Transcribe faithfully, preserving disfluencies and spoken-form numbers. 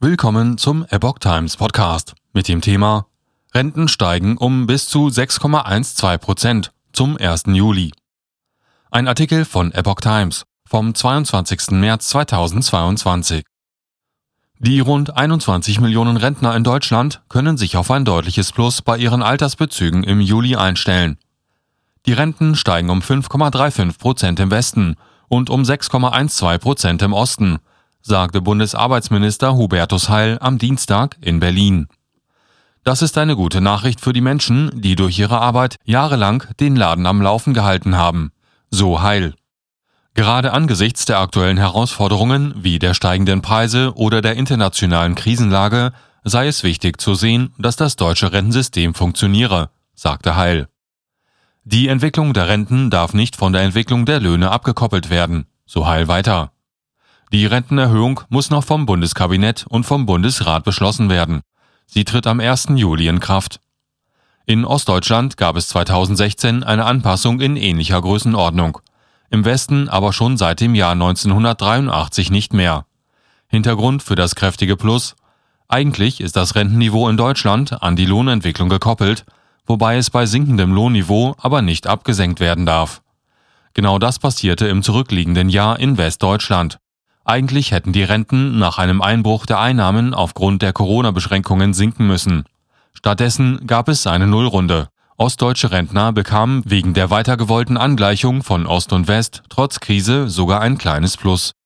Willkommen zum Epoch Times Podcast mit dem Thema Renten steigen um bis zu sechs Komma zwölf Prozent zum ersten Juli. Ein Artikel von Epoch Times vom zweiundzwanzigsten März zweitausendzweiundzwanzig. Die rund einundzwanzig Millionen Rentner in Deutschland können sich auf ein deutliches Plus bei ihren Altersbezügen im Juli einstellen. Die Renten steigen um fünf Komma fünfunddreißig Prozent im Westen und um sechs Komma zwölf Prozent im Osten, sagte Bundesarbeitsminister Hubertus Heil am Dienstag in Berlin. Das ist eine gute Nachricht für die Menschen, die durch ihre Arbeit jahrelang den Laden am Laufen gehalten haben, so Heil. Gerade angesichts der aktuellen Herausforderungen wie der steigenden Preise oder der internationalen Krisenlage sei es wichtig zu sehen, dass das deutsche Rentensystem funktioniere, sagte Heil. Die Entwicklung der Renten darf nicht von der Entwicklung der Löhne abgekoppelt werden, so Heil weiter. Die Rentenerhöhung muss noch vom Bundeskabinett und vom Bundesrat beschlossen werden. Sie tritt am ersten Juli in Kraft. In Ostdeutschland gab es zweitausendsechzehn eine Anpassung in ähnlicher Größenordnung, im Westen aber schon seit dem Jahr neunzehnhundertdreiundachtzig nicht mehr. Hintergrund für das kräftige Plus: Eigentlich ist das Rentenniveau in Deutschland an die Lohnentwicklung gekoppelt, wobei es bei sinkendem Lohnniveau aber nicht abgesenkt werden darf. Genau das passierte im zurückliegenden Jahr in Westdeutschland. Eigentlich hätten die Renten nach einem Einbruch der Einnahmen aufgrund der Corona-Beschränkungen sinken müssen. Stattdessen gab es eine Nullrunde. Ostdeutsche Rentner bekamen wegen der weitergewollten Angleichung von Ost und West trotz Krise sogar ein kleines Plus.